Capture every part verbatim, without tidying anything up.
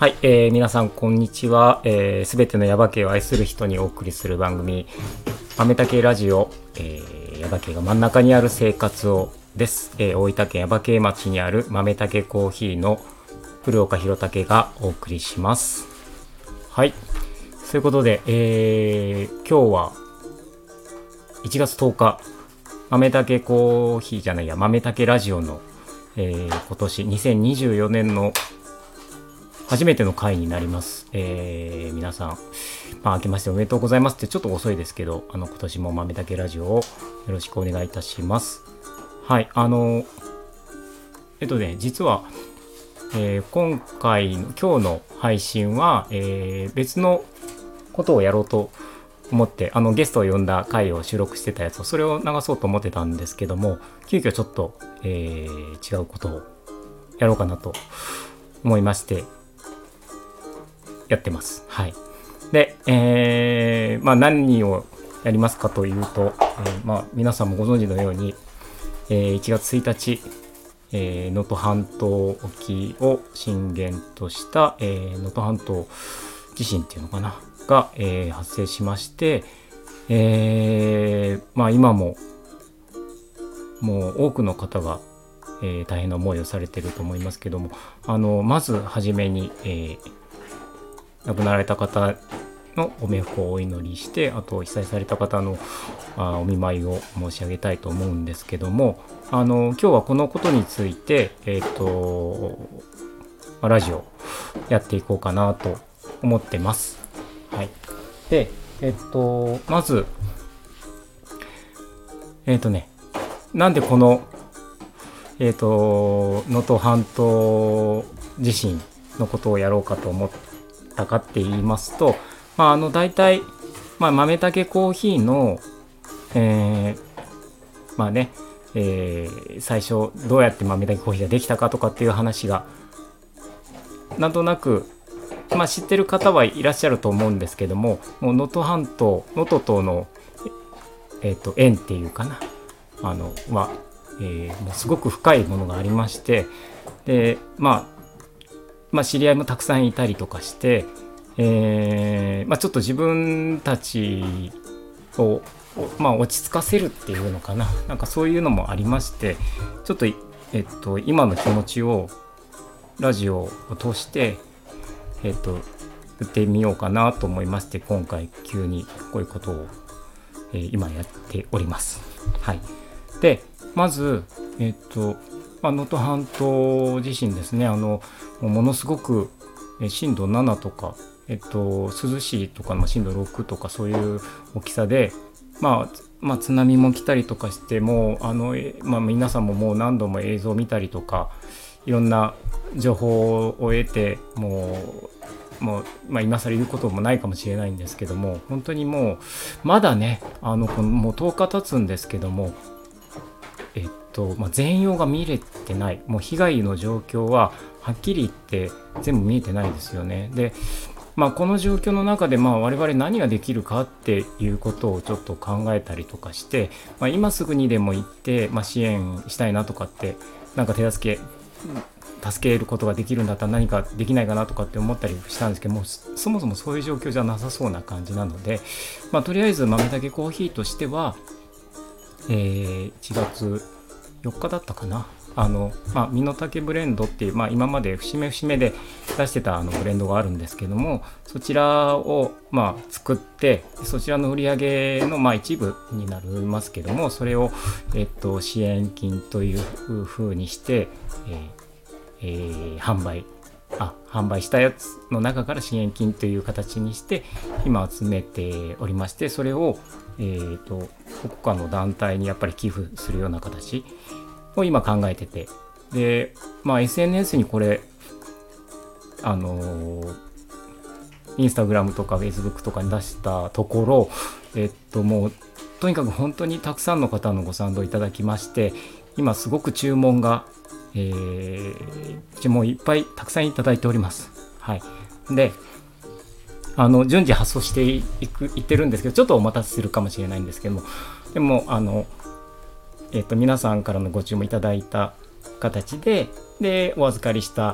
はい、えー、皆さんこんにちは。すべ、えー、てのヤバ系を愛する人にお送りする番組豆竹ラジオ、えー、ヤバ系が真ん中にある生活をです、えー、大分県ヤバ系町にある豆竹コーヒーの古岡弘武がお送りします。はい、そういうことで、えー、今日はいちがつとおか、豆竹コーヒーじゃないや豆竹ラジオの、えー、今年にせんにじゅうよねんの初めての回になります。えー、皆さん、まあ、明けましておめでとうございますってちょっと遅いですけど、あの今年も豆だけラジオをよろしくお願いいたします。はい、あのえっとね実は、えー、今回の今日の配信は、えー、別のことをやろうと思ってあのゲストを呼んだ回を収録してたやつをそれを流そうと思ってたんですけども、急遽ちょっと、えー、違うことをやろうかなと思いましてやってます。はい。で、えー、まあ何をやりますかというと、えー、まあ皆さんもご存知のように、えー、いちがつついたち、えー、能登半島沖を震源とした能登、えー、半島地震っていうのかなが、えー、発生しまして、えー、まあ今ももう多くの方が、えー、大変な思いをされていると思いますけども、あのまずはじめに、えー亡くなられた方のご冥福をお祈りして、あと被災された方のあお見舞いを申し上げたいと思うんですけども、あの今日はこのことについて、えーとまあ、ラジオやっていこうかなと思ってます。はい。で、えっ、ー、とまずえっ、ー、とねなんでこのえっ、ー、と能登半島地震のことをやろうかと思ってたかって言いますと、まあ、あの大体、まあ、豆竹コーヒーの、えー、まあね、えー、最初どうやって豆竹コーヒーができたかとかっていう話がなんとなく、まあ、知ってる方はいらっしゃると思うんですけども、能登半島能登との、えー、と縁っていうかなあのは、えー、もうすごく深いものがありまして、でまあまあ、知り合いもたくさんいたりとかして、えーまあ、ちょっと自分たちを、まあ、落ち着かせるっていうのかな、なんかそういうのもありまして、ちょっと、えっと、今の気持ちをラジオを通して、えっと、言ってみようかなと思いまして、今回急にこういうことを、えー、今やっております。はい。で、まず、えっと能登半島地震ですね。あのものすごく震度ななとか、えっと、珠洲市とかの震度ろくとかそういう大きさで、まあまあ、津波も来たりとかしてもあの、まあ、皆さんももう何度も映像を見たりとかいろんな情報を得てもうもう、まあ、今更言うこともないかもしれないんですけども、本当にもうまだねあのもうとおか経つんですけども、えっとまあ、全容が見れてない、もう被害の状況ははっきり言って全部見えてないですよね。で、まあ、この状況の中でまあ我々何ができるかっていうことをちょっと考えたりとかして、まあ、今すぐにでも行って、まあ、支援したいなとかって、なんか手助け助けることができるんだったら何かできないかなとかって思ったりしたんですけども、そもそもそういう状況じゃなさそうな感じなので、まあ、とりあえず豆竹コーヒーとしてはえー、いちがつよっかだったかな、あの、まあ、身の丈ブレンドっていう、まあ、今まで節目節目で出してたあのブレンドがあるんですけども、そちらを、まあ、作ってそちらの売り上げの、まあ、一部になりますけども、それを、えっと、支援金という風にして、えーえー、販売あ販売したやつの中から支援金という形にして今集めておりまして、それを、えーと、どこかの団体にやっぱり寄付するような形を今考えてて、で、まあ、エスエヌエス にこれあのー、インスタグラムとかフェイスブックとかに出したところ、えっともうとにかく本当にたくさんの方のご賛同いただきまして、今すごく注文がえー、注文いっぱいたくさんいただいております。はい。で、あの順次発送していくいってるんですけど、ちょっとお待たせするかもしれないんですけども、でもあの、えーと、皆さんからのご注文いただいた形で、でお預かりした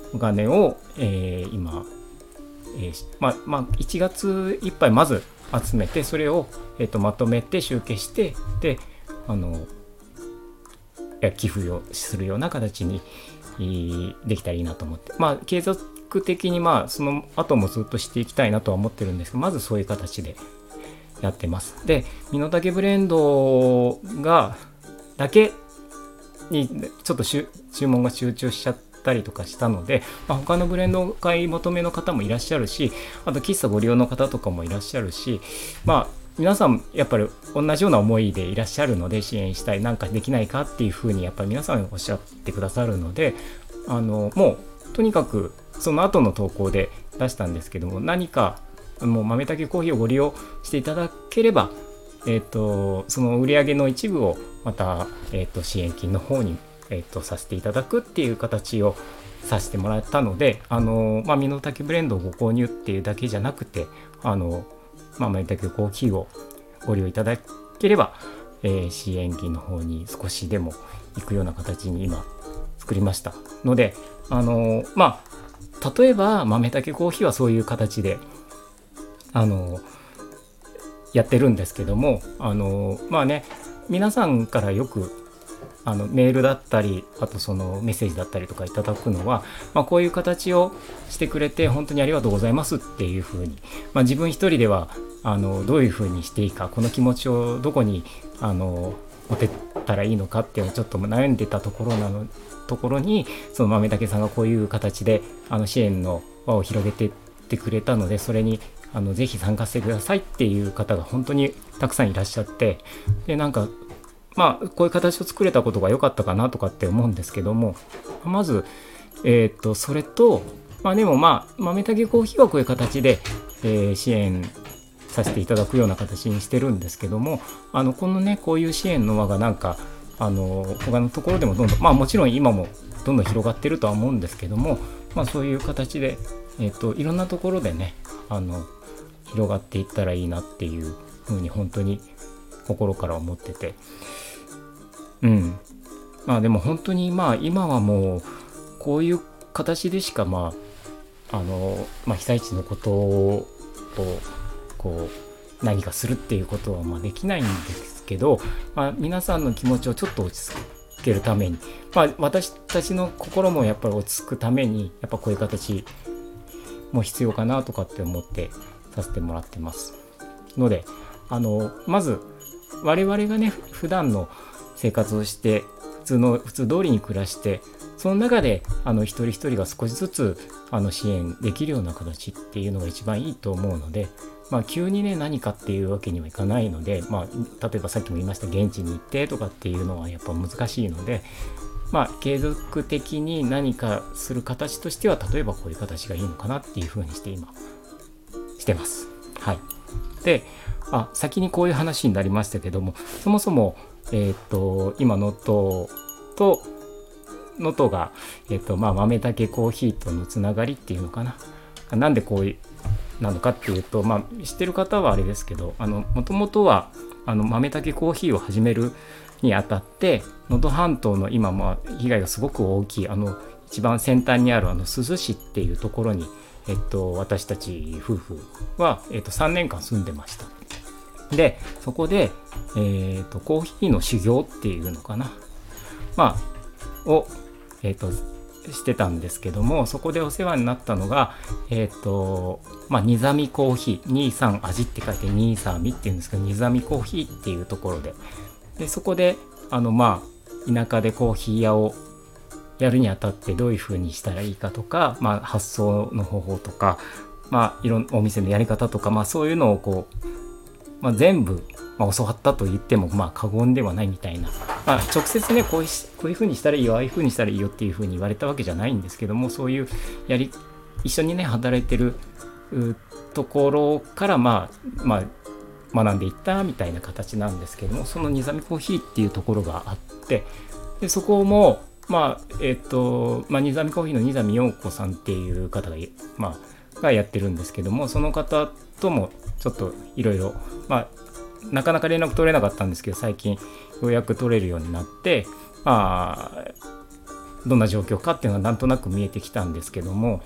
お金を、えー、今、えーまあまあ、いちがついっぱいまず集めて、それを、えー、とまとめて集計して、であの寄付をするような形にできたらいいなと思って、まあ継続的にまあその後もずっとしていきたいなとは思ってるんですけど、まずそういう形でやってます。で、身の丈ブレンドがだけにちょっと注文が集中しちゃったりとかしたので、まあ、他のブレンドを買い求めの方もいらっしゃるし、あと喫茶ご利用の方とかもいらっしゃるし、まあ皆さんやっぱり同じような思いでいらっしゃるので、支援したい、なんかできないかっていうふうにやっぱり皆さんおっしゃってくださるので、あのもうとにかくその後の投稿で出したんですけども、何かもう豆たけコーヒーをご利用していただければ、えー、とその売上の一部をまた、えー、と支援金の方に、えー、とさせていただくっていう形をさせてもらったので、あの、まあ、身の丈ブレンドをご購入っていうだけじゃなくて、あの、まあ、豆たけコーヒーをご利用いただければ、えー、支援金の方に少しでも行くような形に今作りましたので、あのまあ例えば豆たけコーヒーはそういう形であのやってるんですけども、あのまあね、皆さんからよくあのメールだったり、あとそのメッセージだったりとかいただくのは、まあ、こういう形をしてくれて本当にありがとうございますっていうふうに、まあ、自分一人ではあのどういうふうにしていいか、この気持ちをどこにあの持てたらいいのかっていうのをちょっと悩んでたところなのところに、その豆たけさんがこういう形であの支援の輪を広げていってくれたので、それにあのぜひ参加してくださいっていう方が本当にたくさんいらっしゃって、でなんかまあこういう形を作れたことが良かったかなとかって思うんですけども、まずえー、っとそれと、まあでもまあ豆たけコーヒーはこういう形で、えー、支援させていただくような形にしてるんですけども、あのこのねこういう支援の輪がなんかあの他のところでもどんどん、まあもちろん今もどんどん広がってるとは思うんですけども、まあそういう形で、えー、っといろんなところでねあの広がっていったらいいなっていうふうに本当に心から思ってて、うんまあでも本当にまあ今はもうこういう形でしかまああの、まあ、被災地のことをこう何かするっていうことはまあできないんですけど、まあ、皆さんの気持ちをちょっと落ち着けるために、まあ、私たちの心もやっぱり落ち着くためにやっぱこういう形も必要かなとかって思ってさせてもらってますので、あのまず我々がね普段の生活をして普通の普通通りに暮らして、その中であの一人一人が少しずつあの支援できるような形っていうのが一番いいと思うので、まあ、急にね何かっていうわけにはいかないので、まあ、例えばさっきも言いました現地に行ってとかっていうのはやっぱ難しいので、まあ、継続的に何かする形としては例えばこういう形がいいのかなっていうふうにして今してます。はい。で、あ先にこういう話になりましたけども、そもそも、えー、と今能登と能登が、えーとまあ、豆たけコーヒーとのつながりっていうのかな、なんでこういうなのかっていうと、まあ、知ってる方はあれですけど、もともとはあの豆たけコーヒーを始めるにあたって能登半島の今、まあ、被害がすごく大きいあの一番先端にあるあの珠洲市っていうところに、えっと、私たち夫婦は、えっと、さんねんかん住んでました。でそこで、えっと、コーヒーの修行っていうのかな、まあを、えっとしてたんですけども、そこでお世話になったのが、えっと、まあ、ニザミコーヒー、にさん味って書いてニーサミっていうんですけど、ニザミコーヒーっていうところで、でそこで、あの、まあ、田舎でコーヒー屋をやるにあたってどういう風にしたらいいかとか、まあ、発送の方法とか、まあ、いろんなお店のやり方とか、まあ、そういうのをこう、まあ、全部、まあ、教わったと言っても、まあ、過言ではないみたいな、まあ、直接ねこういう、こういう風にしたらいいよ、ああいう風にしたらいいよっていう風に言われたわけじゃないんですけども、そういうやり一緒にね働いてるところから、まあまあ、学んでいったみたいな形なんですけども、そのニザミコーヒーっていうところがあって、でそこもまあえっと、まあ、ニザミコーヒーのニザミ陽子さんっていう方が、まあ、がやってるんですけども、その方ともちょっといろいろ、まあなかなか連絡取れなかったんですけど、最近ようやく取れるようになって、まあどんな状況かっていうのがなんとなく見えてきたんですけども、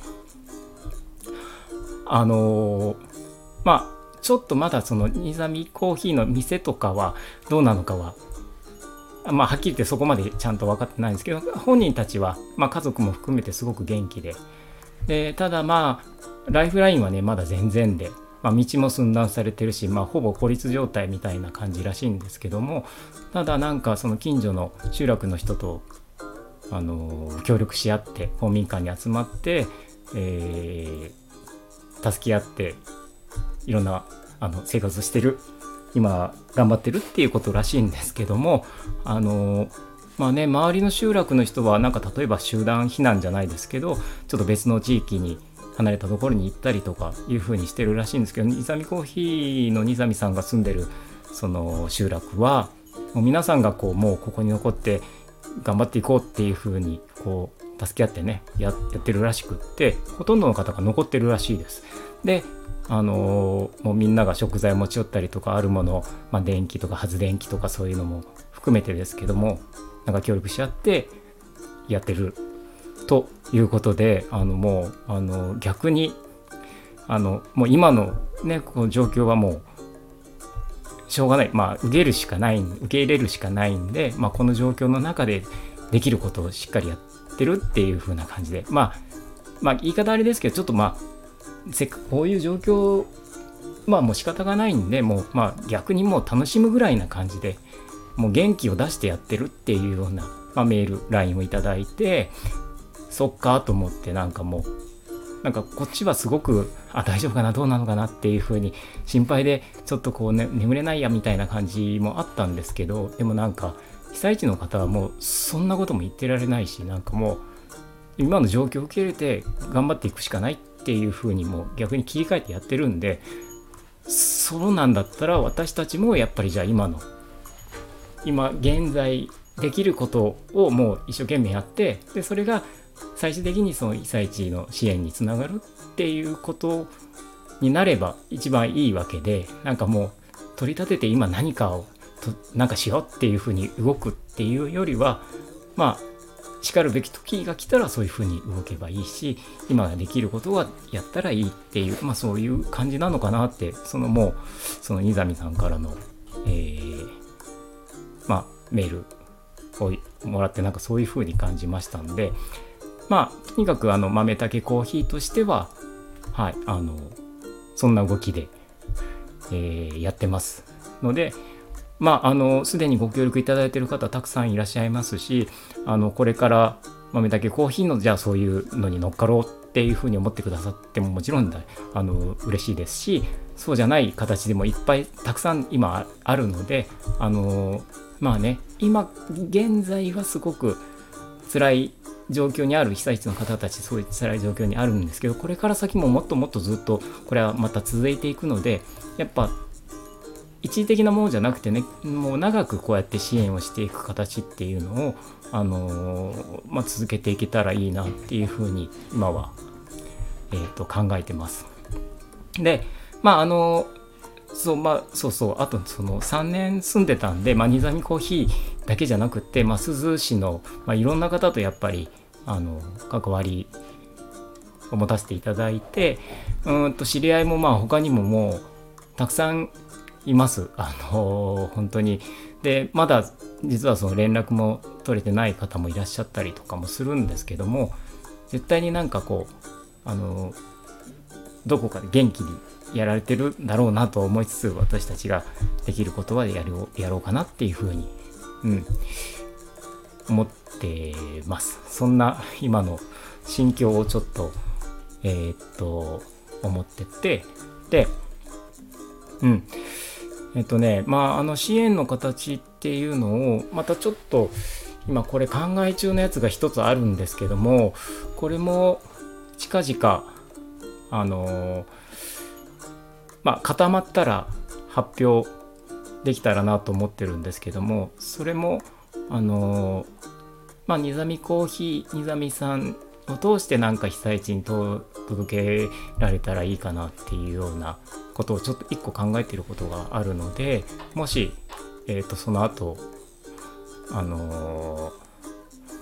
あのー、まあちょっとまだそのニザミコーヒーの店とかはどうなのかは、まあはっきり言ってそこまでちゃんと分かってないんですけど、本人たちは、まあ、家族も含めてすごく元気で、でただまあライフラインはねまだ全然で、まあ、道も寸断されてるし、まあ、ほぼ孤立状態みたいな感じらしいんですけども、ただなんかその近所の集落の人と、あのー、協力し合って公民館に集まって、えー、助け合っていろんなあの生活をしてる、今頑張ってるっていうことらしいんですけども、あのー、まあね周りの集落の人はなんか例えば集団避難じゃないですけど、ちょっと別の地域に離れたところに行ったりとかいう風にしてるらしいんですけど、ニザミコーヒーのニザミさんが住んでるその集落はもう皆さんがこうもうここに残って頑張っていこうっていう風にこう助け合ってね や, やってるらしくって、ほとんどの方が残ってるらしいです。であのー、もうみんなが食材を持ち寄ったりとか、あるもの、まあ、電気とか発電機とかそういうのも含めてですけども、なんか協力し合ってやってるということで、あのもうあの逆にあのもう今のねこの状況はもうしょうがない、まあ受け入れるしかない受け入れるしかないんで、まあ、この状況の中でできることをしっかりやってるっていう風な感じで、まあまあ言い方あれですけど、ちょっとまあせっかくこういう状況、まあもう仕方がないんで、もうまあ逆にもう楽しむぐらいな感じで、もう元気を出してやってるっていうような、まあ、メール ライン をいただいて、そっかと思って、なんかもうなんかこっちはすごくあ大丈夫かなどうなのかなっていう風に心配でちょっとこう、ね、眠れないやみたいな感じもあったんですけど、でもなんか被災地の方はもうそんなことも言ってられないし、なんかもう今の状況を受け入れて頑張っていくしかないっていう風にもう逆に切り替えてやってるんで、そうなんだったら私たちもやっぱりじゃあ今の今現在できることをもう一生懸命やって、でそれが最終的にその被災地の支援につながるっていうことになれば一番いいわけで、なんかもう取り立てて今何かをとなんかしようっていう風に動くっていうよりは、まあしかるべき時が来たらそういう風に動けばいいし、今ができることはやったらいいっていう、まあそういう感じなのかなって、そのもうそのニザミさんからの、えー、まあメールをもらってなんかそういう風に感じましたんで、まあとにかくあの豆竹コーヒーとしては、はい、あのそんな動きで、えー、やってますので、まああのすでにご協力いただいている方たくさんいらっしゃいますし、あのこれから豆竹コーヒーのじゃあそういうのに乗っかろうっていうふうに思ってくださってももちろんだあの嬉しいですし、そうじゃない形でもいっぱいたくさん今あるので、あのまあね今現在はすごく辛い状況にある被災地の方たち、そういう辛い状況にあるんですけど、これから先ももっともっとずっとこれはまた続いていくので、やっぱ一時的なものじゃなくてね、もう長くこうやって支援をしていく形っていうのを、あのーまあ、続けていけたらいいなっていうふうに今は、えー、と考えてます。で、まああのそうまあそうそうあとそのさんねん住んでたんで、まあ、ニザミコーヒーだけじゃなくて、まあ、珠洲市の、まあ、いろんな方とやっぱりあの関わりを持たせていただいて、うんと知り合いもまあ他にももうたくさんいます。あのー、本当にでまだ実はその連絡も取れてない方もいらっしゃったりとかもするんですけども、絶対になんかこうあのー、どこかで元気にやられてるんだろうなと思いつつ、私たちができることはやろう、やろうかなっていうふうに、うん、思ってます。そんな今の心境をちょっとえー、っと思ってて、でうんえっとねまああの支援の形っていうのをまたちょっと今これ考え中のやつが一つあるんですけども、これも近々あのまあ固まったら発表できたらなと思ってるんですけども、それもあのまあニザミコーヒーニザミさんを通してなんか被災地に届けられたらいいかなっていうようなことをちょっと一個考えていることがあるので、もし、えー、とその後あの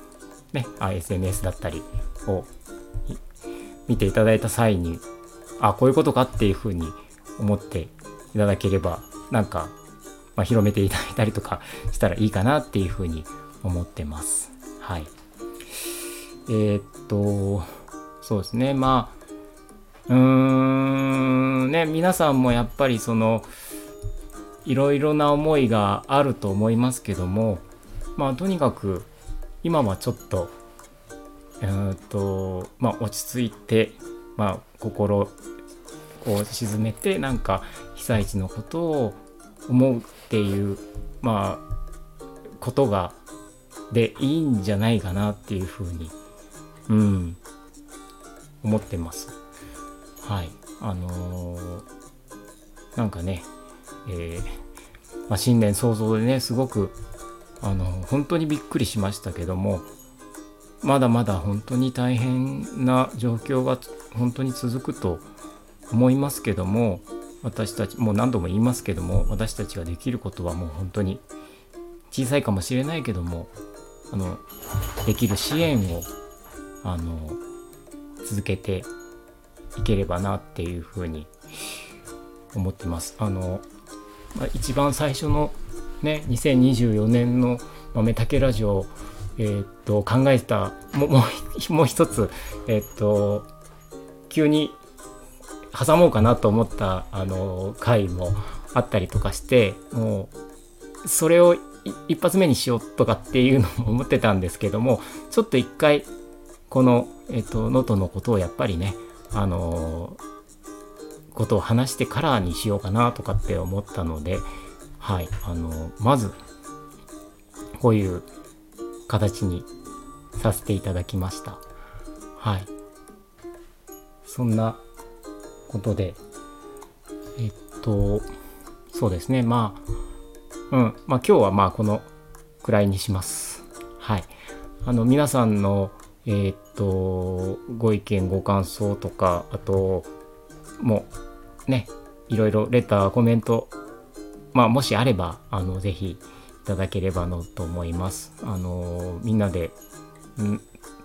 ね、あ エスエヌエス だったりを見ていただいた際に、あこういうことかっていうふうに思っていただければ、なんか、まあ、広めていただいたりとかしたらいいかなっていうふうに思ってます。はい。えー、っとそうですね、まあうーんね、皆さんもやっぱりそのいろいろな思いがあると思いますけども、まあとにかく今はちょっとえー、っとまあ落ち着いて、まあ心を沈めて、なんか被災地のことを思うっていう、まあことがでいいんじゃないかなっていうふうに、うん、思ってます。はい。あのー、なんかね、えーまあ、新年早々でね、すごくあの本当にびっくりしましたけども、まだまだ本当に大変な状況が本当に続くと思いますけども、私たちもう何度も言いますけども、私たちができることはもう本当に小さいかもしれないけども、あのできる支援をあの続けていければなっていうふうに思ってます。あの、まあ、一番最初のねにせんにじゅうよねんの豆たけラジオ、えー、っと考えたももうもう一つ、えー、っと急に挟もうかなと思ったあの回もあったりとかして、もうそれを一発目にしようとかっていうのも思ってたんですけども、ちょっと一回このえっと能登のことをやっぱりね、あのことを話してからにしようかなとかって思ったので、はい、あのまずこういう形にさせていただきました。はい、そんなことで、えっとそうですね、まあうんまあ今日はまあこのくらいにします。はい、あの皆さんのえー、っとご意見ご感想とか、あともうねいろいろレターコメント、まあもしあればあのぜひいただければなと思います。あのみんなでん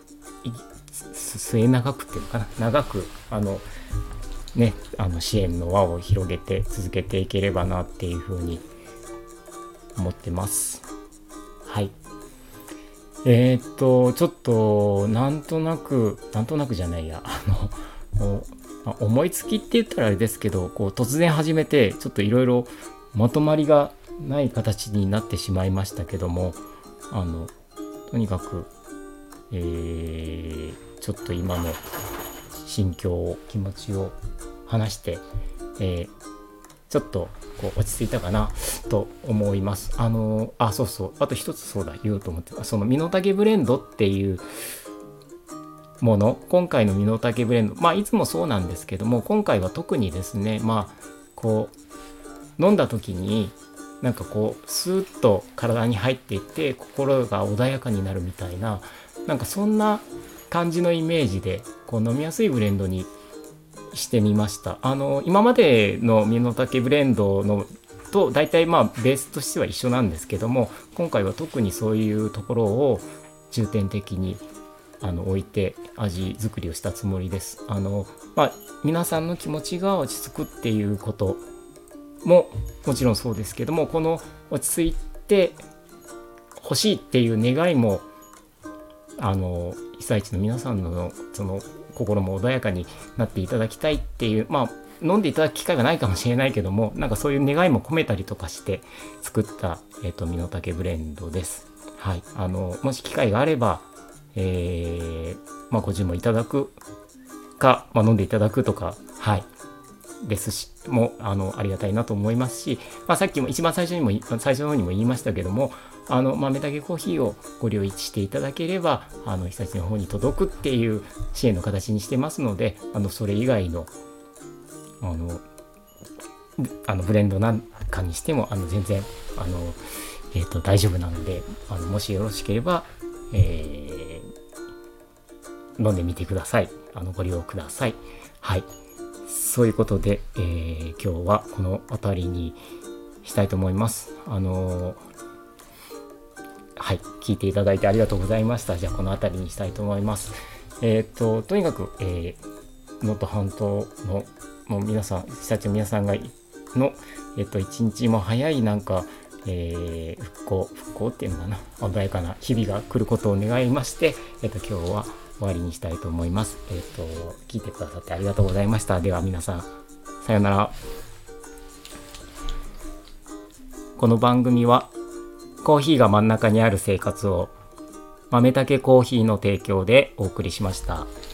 末永くっていうのかな、長くあのねあの支援の輪を広げて続けていければなっていうふうに思ってます。はい。えー、っとちょっとなんとなくなんとなくじゃないやあの思いつきって言ったらあれですけど、こう突然始めてちょっといろいろまとまりがない形になってしまいましたけども、あのとにかく、えー、ちょっと今の心境気持ちを話して、えー、ちょっとこう落ち着いたかなと思います。あのあそうそうあと一つそうだ言おうと思って、その身の丈ブレンドっていうもの、今回の身の丈ブレンド、まあいつもそうなんですけども、今回は特にですね、まあこう飲んだ時になんかこうスーッと体に入っていって心が穏やかになるみたいな、なんかそんな感じのイメージでこう飲みやすいブレンドにしてみました。あの今までの身の丈ブレンドのと大体まあベースとしては一緒なんですけども、今回は特にそういうところを重点的にあの置いて味作りをしたつもりです。あの、まあ、皆さんの気持ちが落ち着くっていうことももちろんそうですけども、この落ち着いてほしいっていう願いもあの被災地の皆さんのその心も穏やかになっていただきたいっていう、まあ飲んでいただく機会がないかもしれないけども、なんかそういう願いも込めたりとかして作った、えーと、身の丈ブレンドです。はい、あのもし機会があれば、えーまあ、ご注文いただくか、まあ、飲んでいただくとか、はい、ですしもあのありがたいなと思いますし、まあ、さっきも一番最初にも最初の方にも言いましたけども、あの豆だけコーヒーをご利用していただければあの被災地の方に届くっていう支援の形にしてますので、あのそれ以外のあのあのブレンドなんかにしてもあの全然あの、えーと、大丈夫なので、あのもしよろしければ、えー、飲んでみてください。あのご利用ください。はい、そういうことで、えー、今日はこの辺りにしたいと思います。あのはい、聞いていただいてありがとうございました。じゃあこの辺りにしたいと思います。えっ、ととにかく能登、えー、半島のもう皆さん、被災地の皆さんがのえっ、と一日も早いなんか、えー、復興復興っていうのかな、穏やかな日々が来ることを願いまして、えっ、と今日は終わりにしたいと思います。えっ、と聞いてくださってありがとうございました。では皆さん、さようなら。この番組はコーヒーが真ん中にある生活を豆たけコーヒーの提供でお送りしました。